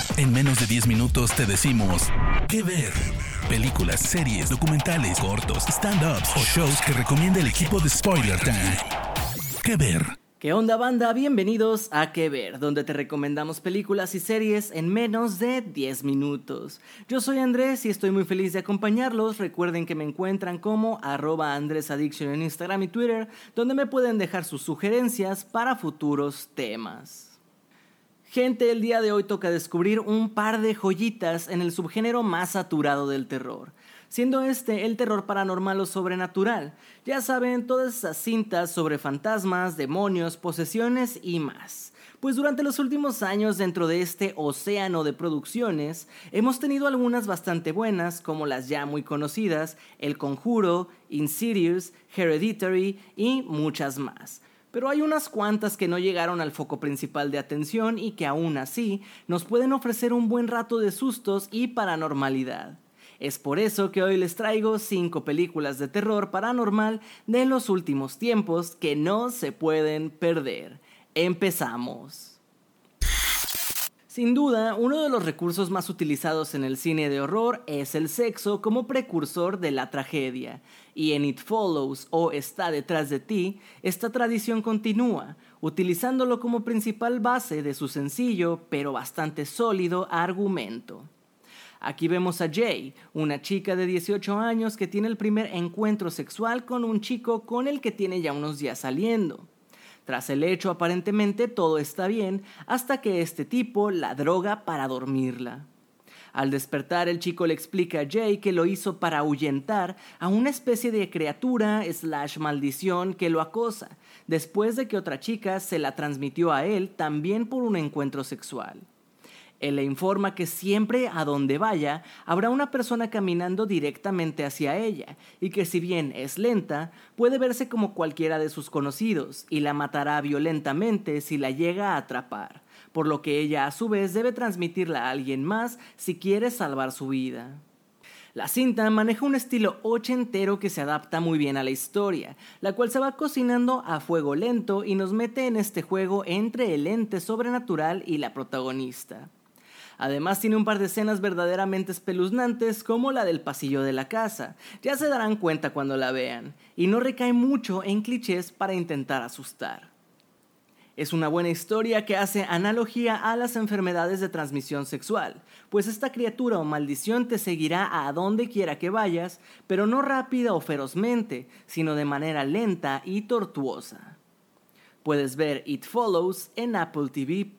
En menos de 10 minutos te decimos qué ver. Películas, series, documentales, cortos, stand-ups o shows que recomienda el equipo de Spoiler Time. ¿Qué ver? ¿Qué onda, banda? Bienvenidos a ¿Qué ver?, donde te recomendamos películas y series en menos de 10 minutos. Yo soy Andrés y estoy muy feliz de acompañarlos. Recuerden que me encuentran como @AndresAddiction en Instagram y Twitter, donde me pueden dejar sus sugerencias para futuros temas. Gente, el día de hoy toca descubrir un par de joyitas en el subgénero más saturado del terror, siendo este el terror paranormal o sobrenatural. Ya saben, todas esas cintas sobre fantasmas, demonios, posesiones y más. Pues durante los últimos años, dentro de este océano de producciones, hemos tenido algunas bastante buenas, como las ya muy conocidas El Conjuro, Insidious, Hereditary y muchas más. Pero hay unas cuantas que no llegaron al foco principal de atención y que aún así nos pueden ofrecer un buen rato de sustos y paranormalidad. Es por eso que hoy les traigo 5 películas de terror paranormal de los últimos tiempos que no se pueden perder. ¡Empezamos! Sin duda, uno de los recursos más utilizados en el cine de horror es el sexo como precursor de la tragedia. Y en It Follows o Está detrás de ti, esta tradición continúa, utilizándolo como principal base de su sencillo, pero bastante sólido argumento. Aquí vemos a Jay, una chica de 18 años que tiene el primer encuentro sexual con un chico con el que tiene ya unos días saliendo. Tras el hecho, aparentemente todo está bien, hasta que este tipo la droga para dormirla. Al despertar, el chico le explica a Jay que lo hizo para ahuyentar a una especie de criatura / maldición que lo acosa, después de que otra chica se la transmitió a él también por un encuentro sexual. Él le informa que siempre a donde vaya habrá una persona caminando directamente hacia ella y que si bien es lenta, puede verse como cualquiera de sus conocidos y la matará violentamente si la llega a atrapar, por lo que ella a su vez debe transmitirla a alguien más si quiere salvar su vida. La cinta maneja un estilo ochentero que se adapta muy bien a la historia, la cual se va cocinando a fuego lento y nos mete en este juego entre el ente sobrenatural y la protagonista. Además tiene un par de escenas verdaderamente espeluznantes como la del pasillo de la casa, ya se darán cuenta cuando la vean, y no recae mucho en clichés para intentar asustar. Es una buena historia que hace analogía a las enfermedades de transmisión sexual, pues esta criatura o maldición te seguirá a donde quiera que vayas, pero no rápida o ferozmente, sino de manera lenta y tortuosa. Puedes ver It Follows en Apple TV+.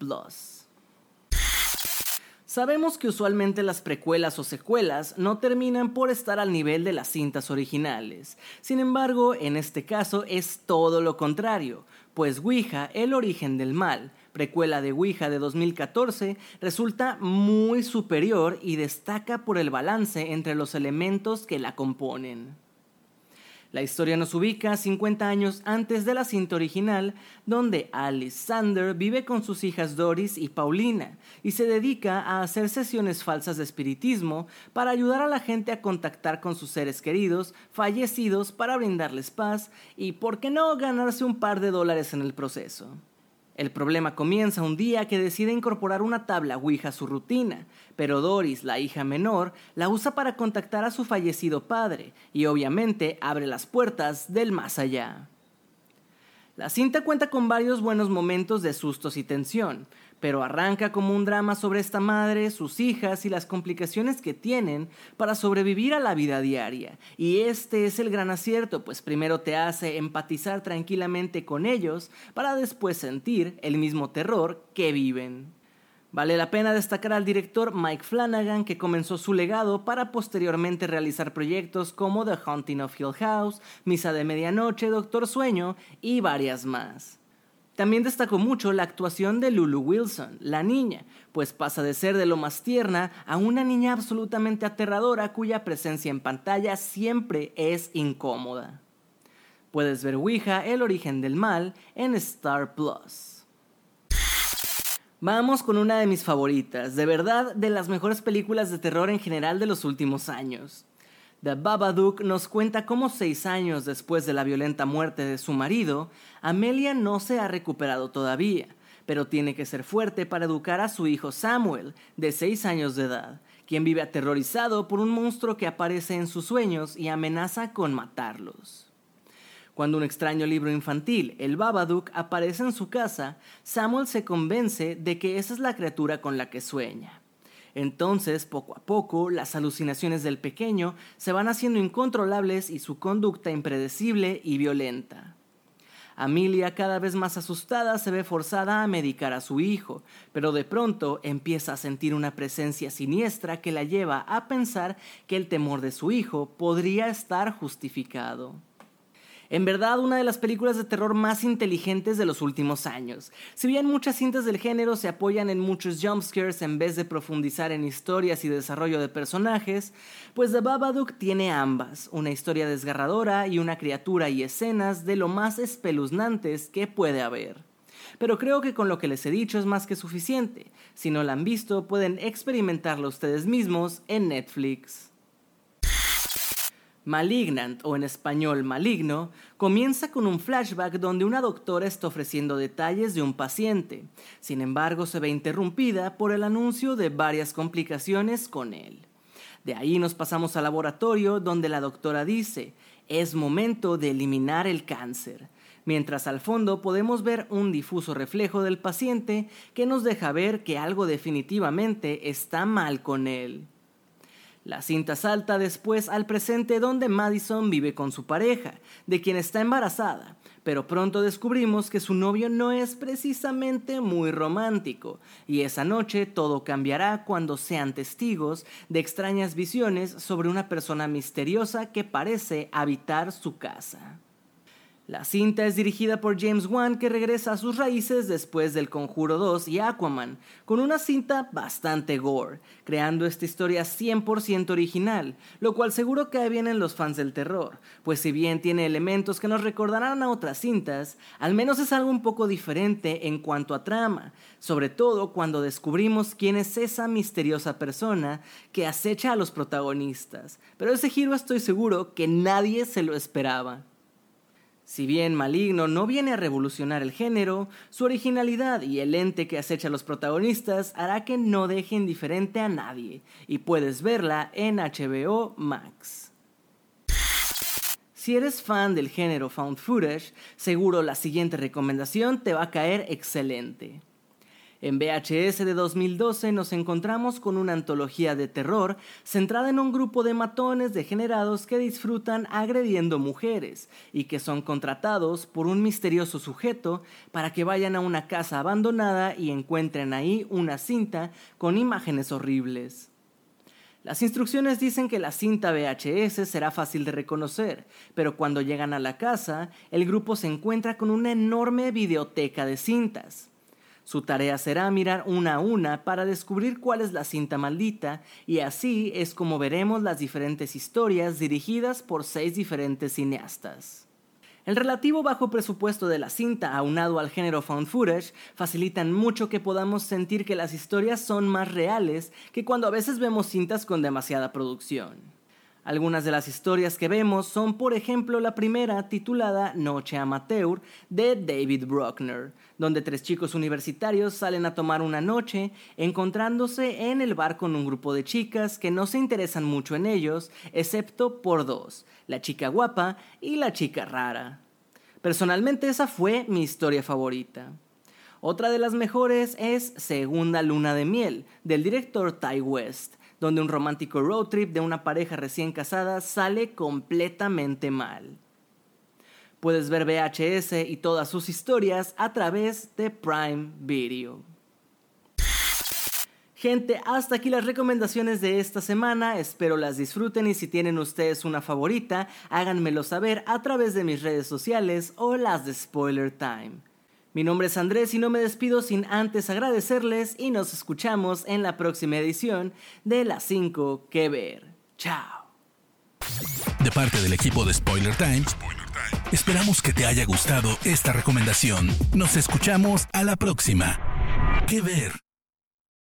Sabemos que usualmente las precuelas o secuelas no terminan por estar al nivel de las cintas originales. Sin embargo, en este caso es todo lo contrario, pues Ouija, el origen del mal, precuela de Ouija de 2014, resulta muy superior y destaca por el balance entre los elementos que la componen. La historia nos ubica 50 años antes de la cinta original, donde Alice Sander vive con sus hijas Doris y Paulina y se dedica a hacer sesiones falsas de espiritismo para ayudar a la gente a contactar con sus seres queridos fallecidos para brindarles paz y, ¿por qué no?, ganarse un par de dólares en el proceso. El problema comienza un día que decide incorporar una tabla Ouija a su rutina, pero Doris, la hija menor, la usa para contactar a su fallecido padre y obviamente abre las puertas del más allá. La cinta cuenta con varios buenos momentos de sustos y tensión, pero arranca como un drama sobre esta madre, sus hijas y las complicaciones que tienen para sobrevivir a la vida diaria. Y este es el gran acierto, pues primero te hace empatizar tranquilamente con ellos para después sentir el mismo terror que viven. Vale la pena destacar al director Mike Flanagan, que comenzó su legado para posteriormente realizar proyectos como The Haunting of Hill House, Misa de Medianoche, Doctor Sueño y varias más. También destacó mucho la actuación de Lulu Wilson, la niña, pues pasa de ser de lo más tierna a una niña absolutamente aterradora cuya presencia en pantalla siempre es incómoda. Puedes ver Ouija, el origen del mal, en Star Plus. Vamos con una de mis favoritas, de verdad de las mejores películas de terror en general de los últimos años. The Babadook nos cuenta cómo 6 años después de la violenta muerte de su marido, Amelia no se ha recuperado todavía, pero tiene que ser fuerte para educar a su hijo Samuel, de 6 años de edad, quien vive aterrorizado por un monstruo que aparece en sus sueños y amenaza con matarlos. Cuando un extraño libro infantil, el Babadook, aparece en su casa, Samuel se convence de que esa es la criatura con la que sueña. Entonces, poco a poco, las alucinaciones del pequeño se van haciendo incontrolables y su conducta impredecible y violenta. Amelia, cada vez más asustada, se ve forzada a medicar a su hijo, pero de pronto empieza a sentir una presencia siniestra que la lleva a pensar que el temor de su hijo podría estar justificado. En verdad, una de las películas de terror más inteligentes de los últimos años. Si bien muchas cintas del género se apoyan en muchos jumpscares en vez de profundizar en historias y desarrollo de personajes, pues The Babadook tiene ambas, una historia desgarradora y una criatura y escenas de lo más espeluznantes que puede haber. Pero creo que con lo que les he dicho es más que suficiente. Si no la han visto, pueden experimentarlo ustedes mismos en Netflix. Malignant, o en español Maligno, comienza con un flashback donde una doctora está ofreciendo detalles de un paciente. Sin embargo, se ve interrumpida por el anuncio de varias complicaciones con él. De ahí nos pasamos al laboratorio donde la doctora dice: es momento de eliminar el cáncer. Mientras al fondo podemos ver un difuso reflejo del paciente que nos deja ver que algo definitivamente está mal con él. La cinta salta después al presente donde Madison vive con su pareja, de quien está embarazada, pero pronto descubrimos que su novio no es precisamente muy romántico, y esa noche todo cambiará cuando sean testigos de extrañas visiones sobre una persona misteriosa que parece habitar su casa. La cinta es dirigida por James Wan, que regresa a sus raíces después del Conjuro 2 y Aquaman, con una cinta bastante gore, creando esta historia 100% original, lo cual seguro cae bien en los fans del terror, pues si bien tiene elementos que nos recordarán a otras cintas, al menos es algo un poco diferente en cuanto a trama, sobre todo cuando descubrimos quién es esa misteriosa persona que acecha a los protagonistas, pero ese giro estoy seguro que nadie se lo esperaba. Si bien Maligno no viene a revolucionar el género, su originalidad y el ente que acecha a los protagonistas hará que no deje indiferente a nadie, y puedes verla en HBO Max. Si eres fan del género found footage, seguro la siguiente recomendación te va a caer excelente. En VHS de 2012 nos encontramos con una antología de terror centrada en un grupo de matones degenerados que disfrutan agrediendo mujeres y que son contratados por un misterioso sujeto para que vayan a una casa abandonada y encuentren ahí una cinta con imágenes horribles. Las instrucciones dicen que la cinta VHS será fácil de reconocer, pero cuando llegan a la casa, el grupo se encuentra con una enorme videoteca de cintas. Su tarea será mirar una a una para descubrir cuál es la cinta maldita, y así es como veremos las diferentes historias dirigidas por 6 diferentes cineastas. El relativo bajo presupuesto de la cinta, aunado al género found footage, facilitan mucho que podamos sentir que las historias son más reales que cuando a veces vemos cintas con demasiada producción. Algunas de las historias que vemos son, por ejemplo, la primera, titulada Noche Amateur, de David Bruckner, donde 3 chicos universitarios salen a tomar una noche, encontrándose en el bar con un grupo de chicas que no se interesan mucho en ellos, excepto por 2, la chica guapa y la chica rara. Personalmente, esa fue mi historia favorita. Otra de las mejores es Segunda Luna de Miel, del director Ty West, donde un romántico road trip de una pareja recién casada sale completamente mal. Puedes ver VHS y todas sus historias a través de Prime Video. Gente, hasta aquí las recomendaciones de esta semana, espero las disfruten y si tienen ustedes una favorita, háganmelo saber a través de mis redes sociales o las de Spoiler Time. Mi nombre es Andrés y no me despido sin antes agradecerles y nos escuchamos en la próxima edición de Las 5 que ver. Chao. De parte del equipo de Spoiler Time, esperamos que te haya gustado esta recomendación. Nos escuchamos a la próxima. ¿Qué ver?